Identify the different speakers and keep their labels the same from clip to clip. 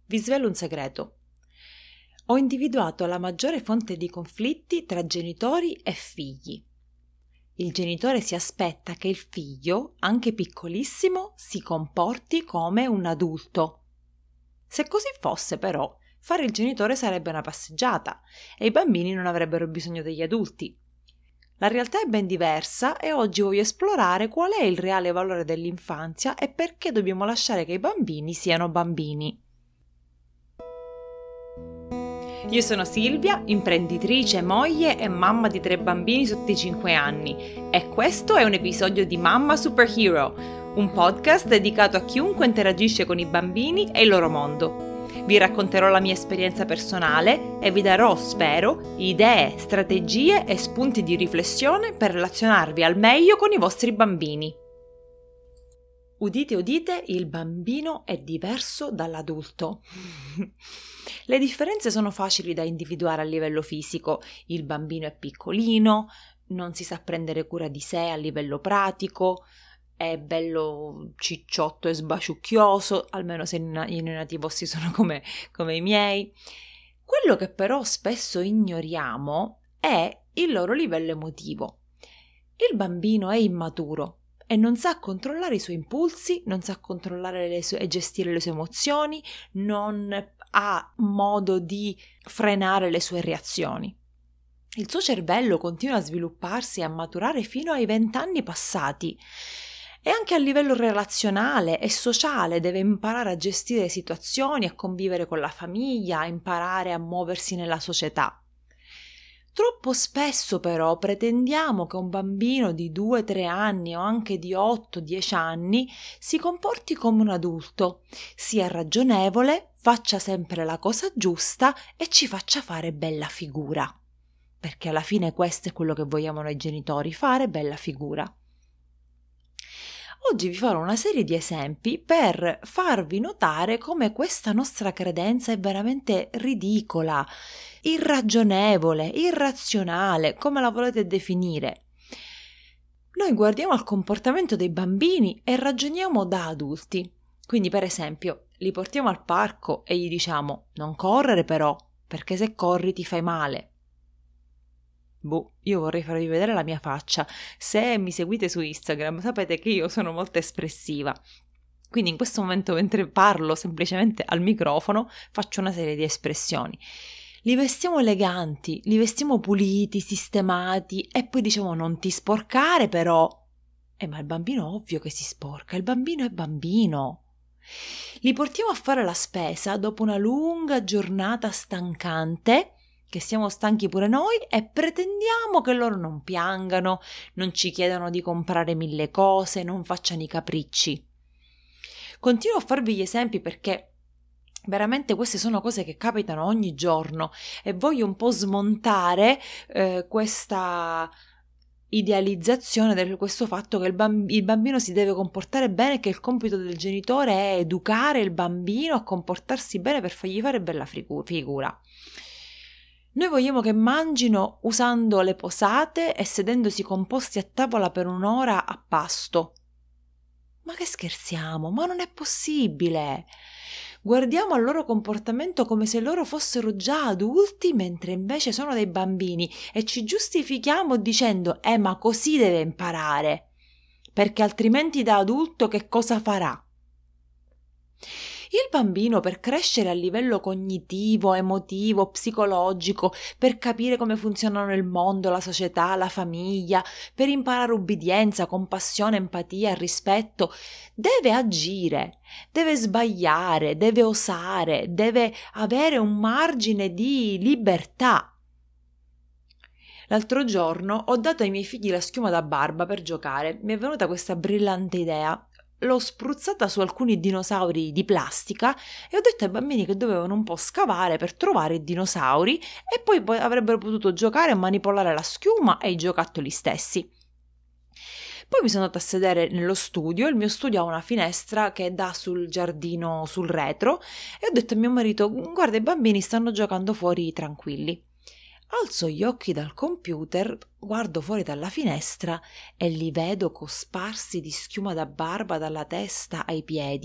Speaker 1: Vi svelo un segreto. Ho individuato la maggiore fonte di conflitti tra genitori e figli. Il genitore si aspetta che il figlio, anche piccolissimo, si comporti come un adulto. Se così fosse, però, fare il genitore sarebbe una passeggiata e i bambini non avrebbero bisogno degli adulti. La realtà è ben diversa e oggi voglio esplorare qual è il reale valore dell'infanzia e perché dobbiamo lasciare che i bambini siano bambini. Io sono Silvia, imprenditrice, moglie e mamma di 3 bambini sotto i 5 anni e questo è un episodio di Mamma Superhero, un podcast dedicato a chiunque interagisce con i bambini e il loro mondo. Vi racconterò la mia esperienza personale e vi darò, spero, idee, strategie e spunti di riflessione per relazionarvi al meglio con i vostri bambini. Udite, udite, il bambino è diverso dall'adulto. Le differenze sono facili da individuare a livello fisico. Il bambino è piccolino, non si sa prendere cura di sé a livello pratico, è bello cicciotto e sbaciucchioso, almeno se i neonati vostri sono come i miei. Quello che però spesso ignoriamo è il loro livello emotivo. Il bambino è immaturo e non sa controllare i suoi impulsi, non sa controllare e gestire le sue emozioni, non ha modo di frenare le sue reazioni. Il suo cervello continua a svilupparsi e a maturare fino ai 20 anni passati e anche a livello relazionale e sociale deve imparare a gestire situazioni, a convivere con la famiglia, a imparare a muoversi nella società. Troppo spesso però pretendiamo che un bambino di 2-3 anni o anche di 8-10 anni si comporti come un adulto, sia ragionevole, faccia sempre la cosa giusta e ci faccia fare bella figura. Perché alla fine questo è quello che vogliamo noi genitori, fare bella figura. Oggi vi farò una serie di esempi per farvi notare come questa nostra credenza è veramente ridicola, irragionevole, irrazionale, come la volete definire. Noi guardiamo al comportamento dei bambini e ragioniamo da adulti. Quindi, per esempio, li portiamo al parco e gli diciamo: non correre però, perché se corri ti fai male. Io vorrei farvi vedere la mia faccia. Se mi seguite su Instagram sapete che io sono molto espressiva. Quindi in questo momento, mentre parlo semplicemente al microfono, faccio una serie di espressioni. Li vestiamo eleganti, li vestiamo puliti, sistemati e poi diciamo non ti sporcare però. Ma il bambino ovvio che si sporca, il bambino è bambino. Li portiamo a fare la spesa dopo una lunga giornata stancante, che siamo stanchi pure noi e pretendiamo che loro non piangano, non ci chiedano di comprare 1000 cose, non facciano i capricci. Continuo a farvi gli esempi perché veramente queste sono cose che capitano ogni giorno e voglio un po' smontare questa idealizzazione di questo fatto che il bambino si deve comportare bene e che il compito del genitore è educare il bambino a comportarsi bene per fargli fare bella figura. Noi vogliamo che mangino usando le posate e sedendosi composti a tavola per un'ora a pasto. Ma che scherziamo? Ma non è possibile! Guardiamo al loro comportamento come se loro fossero già adulti mentre invece sono dei bambini e ci giustifichiamo dicendo ma così deve imparare, perché altrimenti da adulto che cosa farà? Il bambino per crescere a livello cognitivo, emotivo, psicologico, per capire come funzionano il mondo, la società, la famiglia, per imparare ubbidienza, compassione, empatia, rispetto, deve agire, deve sbagliare, deve osare, deve avere un margine di libertà. L'altro giorno ho dato ai miei figli la schiuma da barba per giocare. Mi è venuta questa brillante idea. L'ho spruzzata su alcuni dinosauri di plastica e ho detto ai bambini che dovevano un po' scavare per trovare i dinosauri e poi avrebbero potuto giocare e manipolare la schiuma e i giocattoli stessi. Poi mi sono andata a sedere nello studio, il mio studio ha una finestra che dà sul giardino, sul retro, e ho detto a mio marito: guarda, i bambini stanno giocando fuori tranquilli. Alzo gli occhi dal computer, guardo fuori dalla finestra e li vedo cosparsi di schiuma da barba dalla testa ai piedi.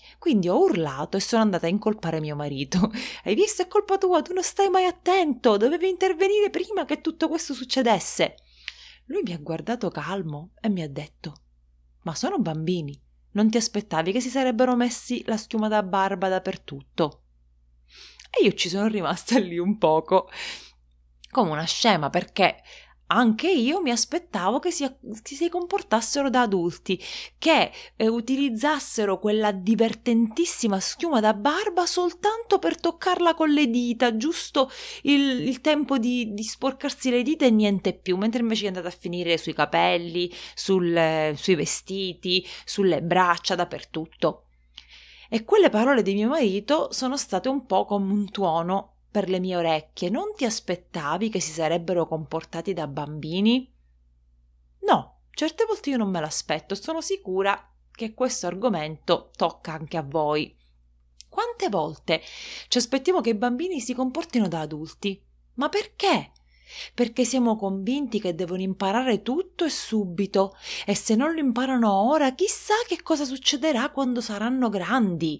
Speaker 1: Quindi ho urlato e sono andata a incolpare mio marito. Hai visto, è colpa tua, tu non stai mai attento, dovevi intervenire prima che tutto questo succedesse. Lui mi ha guardato calmo e mi ha detto: ma sono bambini, non ti aspettavi che si sarebbero messi la schiuma da barba dappertutto? E io ci sono rimasta lì un poco come una scema, perché anche io mi aspettavo che si comportassero da adulti, che utilizzassero quella divertentissima schiuma da barba soltanto per toccarla con le dita, giusto il tempo di sporcarsi le dita e niente più, mentre invece è andata a finire sui capelli, sui vestiti, sulle braccia, dappertutto. E quelle parole di mio marito sono state un po' come un tuono per le mie orecchie. Non ti aspettavi che si sarebbero comportati da bambini? No, certe volte io non me l'aspetto, sono sicura che questo argomento tocca anche a voi. Quante volte ci aspettiamo che i bambini si comportino da adulti? Ma perché? Perché siamo convinti che devono imparare tutto e subito, e se non lo imparano ora, chissà che cosa succederà quando saranno grandi.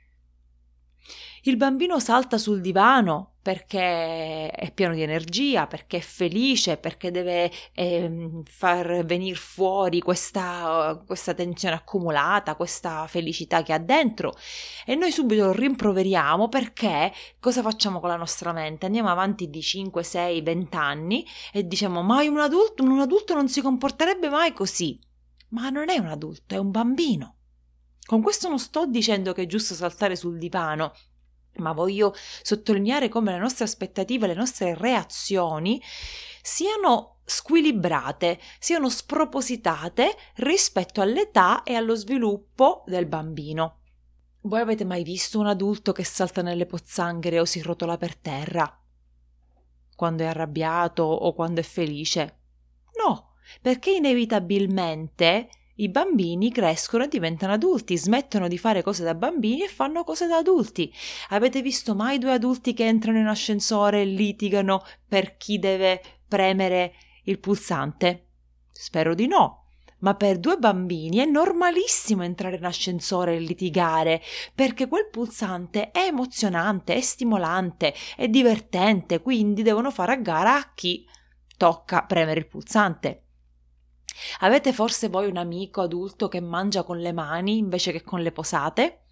Speaker 1: Il bambino salta sul divano perché è pieno di energia, perché è felice, perché deve far venire fuori questa tensione accumulata, questa felicità che ha dentro, e noi subito lo rimproveriamo. Perché cosa facciamo con la nostra mente? Andiamo avanti di 5, 6, 20 anni e diciamo: ma un adulto non si comporterebbe mai così. Ma non è un adulto, è un bambino. Con questo non sto dicendo che è giusto saltare sul divano, ma voglio sottolineare come le nostre aspettative, le nostre reazioni siano squilibrate, siano spropositate rispetto all'età e allo sviluppo del bambino. Voi avete mai visto un adulto che salta nelle pozzanghere o si rotola per terra quando è arrabbiato o quando è felice? No, perché inevitabilmente i bambini crescono e diventano adulti, smettono di fare cose da bambini e fanno cose da adulti. Avete visto mai due adulti che entrano in ascensore e litigano per chi deve premere il pulsante? Spero di no. Ma per due bambini è normalissimo entrare in ascensore e litigare, perché quel pulsante è emozionante, è stimolante, è divertente, quindi devono fare a gara a chi tocca premere il pulsante. Avete forse voi un amico adulto che mangia con le mani invece che con le posate?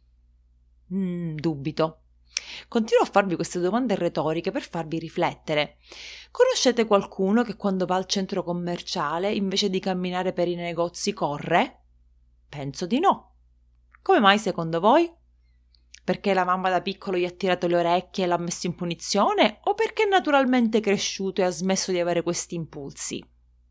Speaker 1: Dubito. Continuo a farvi queste domande retoriche per farvi riflettere. Conoscete qualcuno che quando va al centro commerciale invece di camminare per i negozi corre? Penso di no. Come mai secondo voi? Perché la mamma da piccolo gli ha tirato le orecchie e l'ha messo in punizione, o perché è naturalmente cresciuto e ha smesso di avere questi impulsi?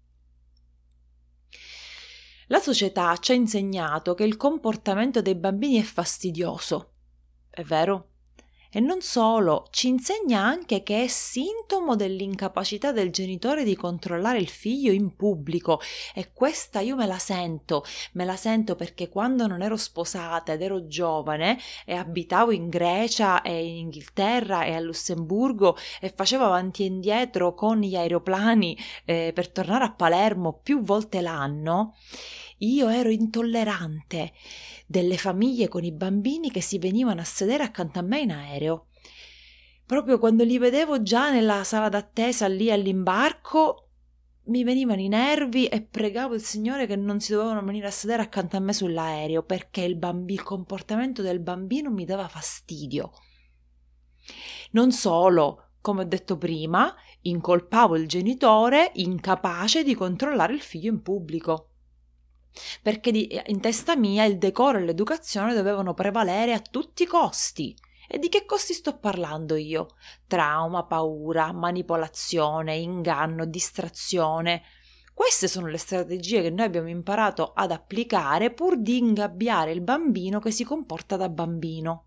Speaker 1: La società ci ha insegnato che il comportamento dei bambini è fastidioso, è vero? E non solo, ci insegna anche che è sintomo dell'incapacità del genitore di controllare il figlio in pubblico, e questa io me la sento perché quando non ero sposata ed ero giovane e abitavo in Grecia e in Inghilterra e a Lussemburgo e facevo avanti e indietro con gli aeroplani per tornare a Palermo più volte l'anno, io ero intollerante delle famiglie con i bambini che si venivano a sedere accanto a me in aereo. Proprio quando li vedevo già nella sala d'attesa lì all'imbarco, mi venivano i nervi e pregavo il Signore che non si dovevano venire a sedere accanto a me sull'aereo, perché il comportamento del bambino mi dava fastidio. Non solo, come ho detto prima, incolpavo il genitore incapace di controllare il figlio in pubblico, perché in testa mia il decoro e l'educazione dovevano prevalere a tutti i costi. E di che costi sto parlando io? Trauma, paura, manipolazione, inganno, distrazione. Queste sono le strategie che noi abbiamo imparato ad applicare pur di ingabbiare il bambino che si comporta da bambino.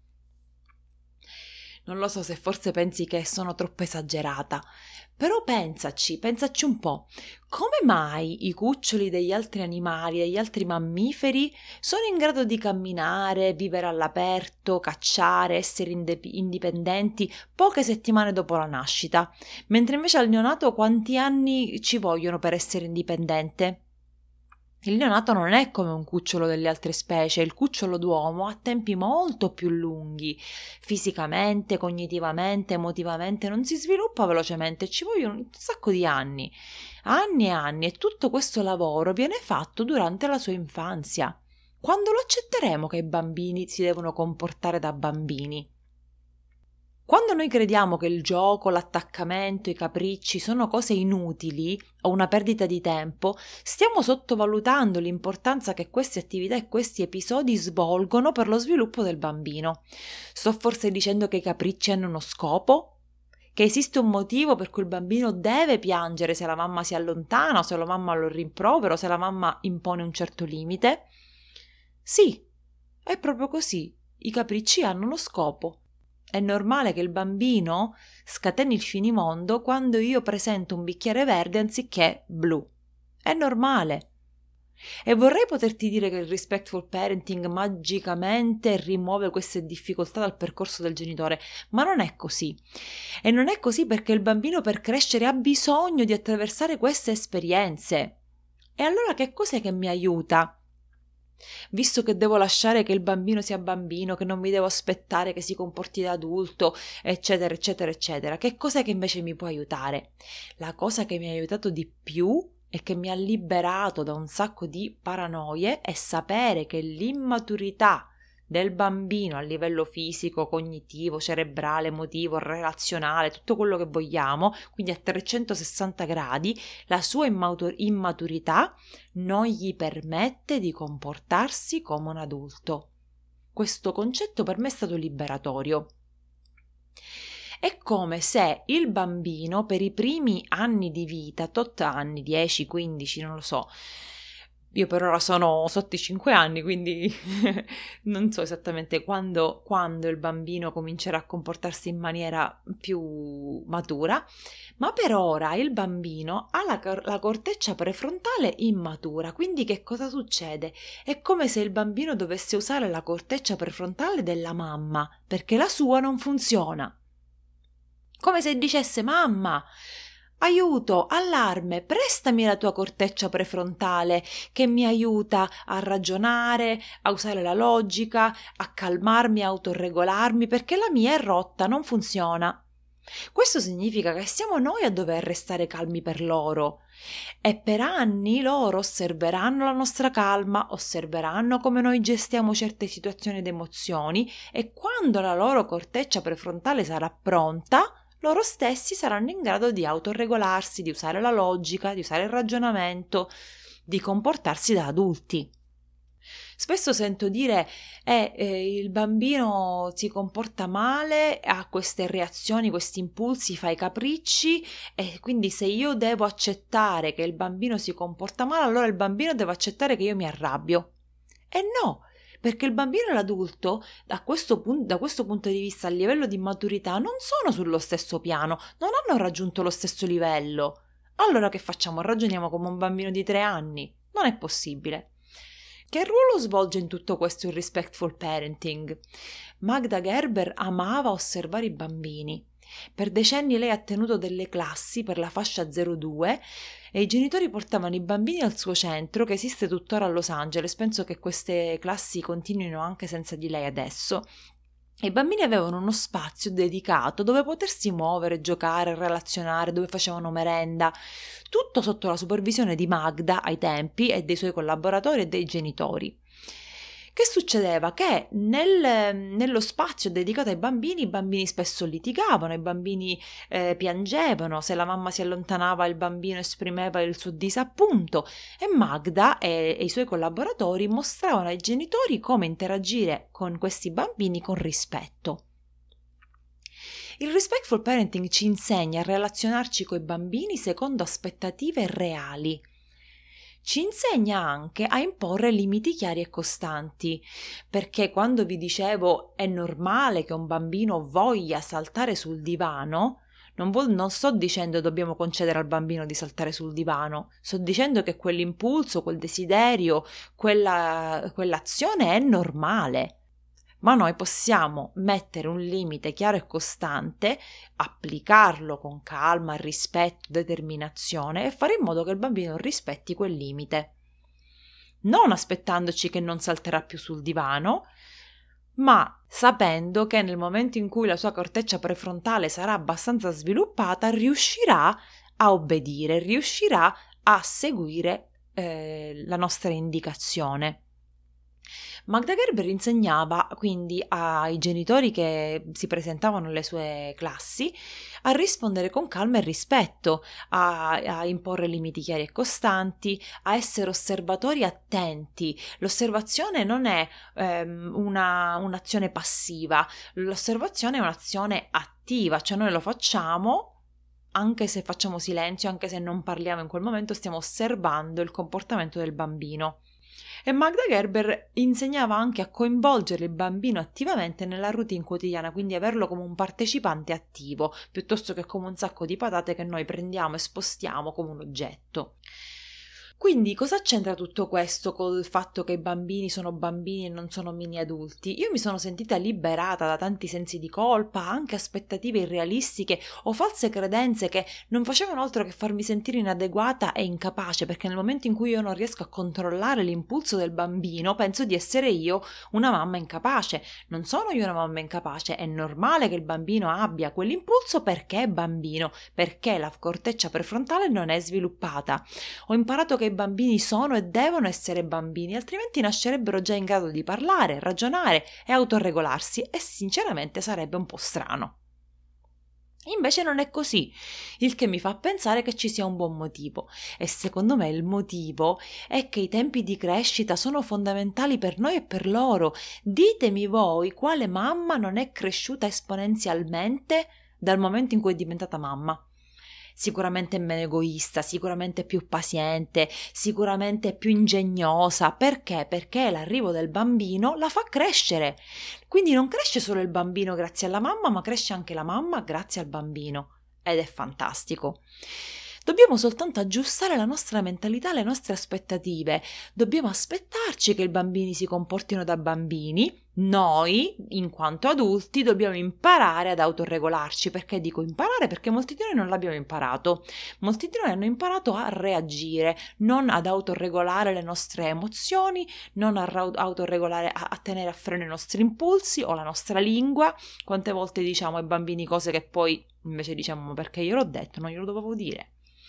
Speaker 1: Non lo so se forse pensi che sono troppo esagerata, però pensaci un po'. Come mai i cuccioli degli altri animali, degli altri mammiferi, sono in grado di camminare, vivere all'aperto, cacciare, essere indipendenti poche settimane dopo la nascita, mentre invece al neonato quanti anni ci vogliono per essere indipendente? Il neonato non è come un cucciolo delle altre specie, il cucciolo d'uomo ha tempi molto più lunghi, fisicamente, cognitivamente, emotivamente, non si sviluppa velocemente, ci vogliono un sacco di anni e anni, e tutto questo lavoro viene fatto durante la sua infanzia. Quando lo accetteremo che i bambini si devono comportare da bambini? Quando noi crediamo che il gioco, l'attaccamento, i capricci sono cose inutili o una perdita di tempo, stiamo sottovalutando l'importanza che queste attività e questi episodi svolgono per lo sviluppo del bambino. Sto forse dicendo che i capricci hanno uno scopo? Che esiste un motivo per cui il bambino deve piangere se la mamma si allontana o se la mamma lo rimprovera o se la mamma impone un certo limite? Sì, è proprio così. I capricci hanno uno scopo. È normale che il bambino scateni il finimondo quando io presento un bicchiere verde anziché blu. È normale. E vorrei poterti dire che il respectful parenting magicamente rimuove queste difficoltà dal percorso del genitore, ma non è così. E non è così perché il bambino per crescere ha bisogno di attraversare queste esperienze. E allora che cos'è che mi aiuta? Visto che devo lasciare che il bambino sia bambino, che non mi devo aspettare che si comporti da adulto, eccetera, eccetera, eccetera, che cos'è che invece mi può aiutare? La cosa che mi ha aiutato di più e che mi ha liberato da un sacco di paranoie è sapere che l'immaturità del bambino a livello fisico, cognitivo, cerebrale, emotivo, relazionale, tutto quello che vogliamo, quindi a 360 gradi, la sua immaturità non gli permette di comportarsi come un adulto. Questo concetto per me è stato liberatorio. È come se il bambino per i primi anni di vita, tot anni, 10, 15, non lo so, io per ora sono sotto i 5 anni, quindi non so esattamente quando il bambino comincerà a comportarsi in maniera più matura, ma per ora il bambino ha la corteccia prefrontale immatura, quindi che cosa succede? È come se il bambino dovesse usare la corteccia prefrontale della mamma, perché la sua non funziona. Come se dicesse: mamma, aiuto, allarme, prestami la tua corteccia prefrontale che mi aiuta a ragionare, a usare la logica, a calmarmi, a autoregolarmi, perché la mia è rotta, non funziona. Questo significa che siamo noi a dover restare calmi per loro, e per anni loro osserveranno la nostra calma, osserveranno come noi gestiamo certe situazioni ed emozioni, e quando la loro corteccia prefrontale sarà pronta, loro stessi saranno in grado di autoregolarsi, di usare la logica, di usare il ragionamento, di comportarsi da adulti. Spesso sento dire il bambino si comporta male, ha queste reazioni, questi impulsi, fa i capricci, e quindi se io devo accettare che il bambino si comporta male, allora il bambino deve accettare che io mi arrabbio. E no! Perché il bambino e l'adulto, da questo punto di vista, a livello di maturità, non sono sullo stesso piano, non hanno raggiunto lo stesso livello. Allora che facciamo? Ragioniamo come un bambino di 3 anni? Non è possibile. Che ruolo svolge in tutto questo il respectful parenting? Magda Gerber amava osservare i bambini. Per decenni lei ha tenuto delle classi per la fascia 0-2 e i genitori portavano i bambini al suo centro, che esiste tuttora a Los Angeles. Penso che queste classi continuino anche senza di lei adesso. E i bambini avevano uno spazio dedicato dove potersi muovere, giocare, relazionare, dove facevano merenda, tutto sotto la supervisione di Magda ai tempi e dei suoi collaboratori e dei genitori. Che succedeva? Che nello spazio dedicato ai bambini, i bambini spesso litigavano, i bambini piangevano, se la mamma si allontanava il bambino esprimeva il suo disappunto, e Magda e i suoi collaboratori mostravano ai genitori come interagire con questi bambini con rispetto. Il respectful parenting ci insegna a relazionarci con i bambini secondo aspettative reali. Ci insegna anche a imporre limiti chiari e costanti, perché quando vi dicevo è normale che un bambino voglia saltare sul divano, non sto dicendo dobbiamo concedere al bambino di saltare sul divano, sto dicendo che quell'impulso, quel desiderio, quell'azione è normale. Ma noi possiamo mettere un limite chiaro e costante, applicarlo con calma, rispetto, determinazione e fare in modo che il bambino rispetti quel limite. non aspettandoci che non salterà più sul divano, ma sapendo che nel momento in cui la sua corteccia prefrontale sarà abbastanza sviluppata, riuscirà a obbedire, riuscirà a seguire la nostra indicazione. Magda Gerber insegnava quindi ai genitori che si presentavano alle sue classi a rispondere con calma e rispetto, a imporre limiti chiari e costanti, a essere osservatori attenti. L'osservazione non è un'azione passiva, l'osservazione è un'azione attiva, cioè noi lo facciamo. Anche se facciamo silenzio, anche se non parliamo in quel momento, stiamo osservando il comportamento del bambino. E Magda Gerber insegnava anche a coinvolgere il bambino attivamente nella routine quotidiana, quindi averlo come un partecipante attivo, piuttosto che come un sacco di patate che noi prendiamo e spostiamo come un oggetto. Quindi cosa c'entra tutto questo col fatto che i bambini sono bambini e non sono mini adulti? Io mi sono sentita liberata da tanti sensi di colpa, anche aspettative irrealistiche o false credenze che non facevano altro che farmi sentire inadeguata e incapace, perché nel momento in cui io non riesco a controllare l'impulso del bambino, penso di essere io una mamma incapace. Non sono io una mamma incapace, è normale che il bambino abbia quell'impulso perché è bambino, perché la corteccia prefrontale non è sviluppata. Ho imparato che i bambini sono e devono essere bambini, altrimenti nascerebbero già in grado di parlare, ragionare e autoregolarsi, e sinceramente sarebbe un po' strano. Invece non è così, il che mi fa pensare che ci sia un buon motivo, e secondo me il motivo è che i tempi di crescita sono fondamentali per noi e per loro. Ditemi voi quale mamma non è cresciuta esponenzialmente dal momento in cui è diventata mamma. Sicuramente meno egoista, sicuramente più paziente, sicuramente più ingegnosa. Perché? Perché l'arrivo del bambino la fa crescere. Quindi non cresce solo il bambino grazie alla mamma, ma cresce anche la mamma grazie al bambino. Ed è fantastico. Dobbiamo soltanto aggiustare la nostra mentalità, le nostre aspettative. Dobbiamo aspettarci che i bambini si comportino da bambini. Noi, in quanto adulti, dobbiamo imparare ad autoregolarci. Perché dico imparare? Perché molti di noi non l'abbiamo imparato. Molti di noi hanno imparato a reagire, non ad autoregolare le nostre emozioni, non a autoregolare, a tenere a freno i nostri impulsi o la nostra lingua. Quante volte diciamo ai bambini cose che poi invece diciamo ma perché io l'ho detto, non glielo dovevo dire.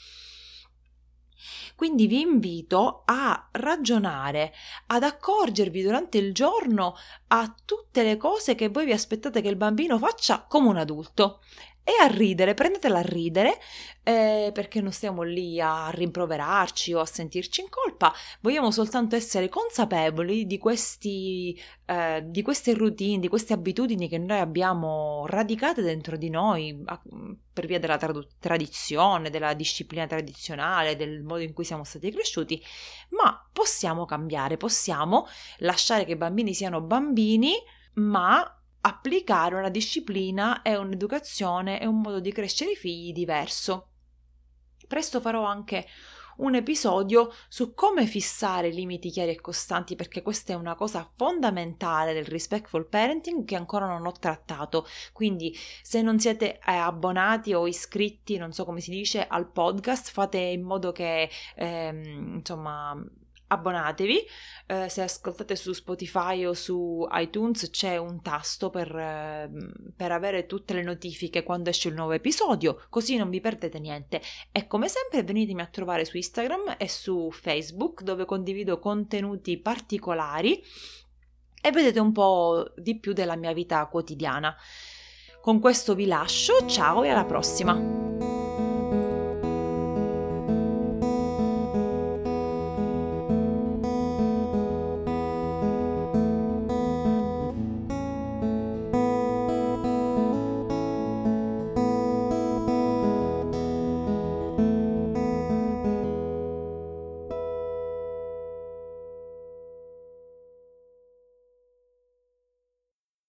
Speaker 1: Quindi vi invito a ragionare, ad accorgervi durante il giorno a tutte le cose che voi vi aspettate che il bambino faccia come un adulto. E a ridere, prendetela a ridere, perché non stiamo lì a rimproverarci o a sentirci in colpa, vogliamo soltanto essere consapevoli di queste routine, di queste abitudini che noi abbiamo radicate dentro di noi per via della tradizione, della disciplina tradizionale, del modo in cui siamo stati cresciuti, ma possiamo cambiare, possiamo lasciare che i bambini siano bambini, ma applicare una disciplina e un'educazione e un modo di crescere i figli diverso. Presto farò anche un episodio su come fissare limiti chiari e costanti, perché questa è una cosa fondamentale del respectful parenting che ancora non ho trattato. Quindi se non siete abbonati o iscritti, non so come si dice, al podcast, fate in modo che abbonatevi. Se ascoltate su Spotify o su iTunes c'è un tasto per avere tutte le notifiche quando esce il nuovo episodio, così non vi perdete niente. E come sempre venitemi a trovare su Instagram e su Facebook, dove condivido contenuti particolari e vedete un po' di più della mia vita quotidiana. Con questo vi lascio, ciao e alla prossima!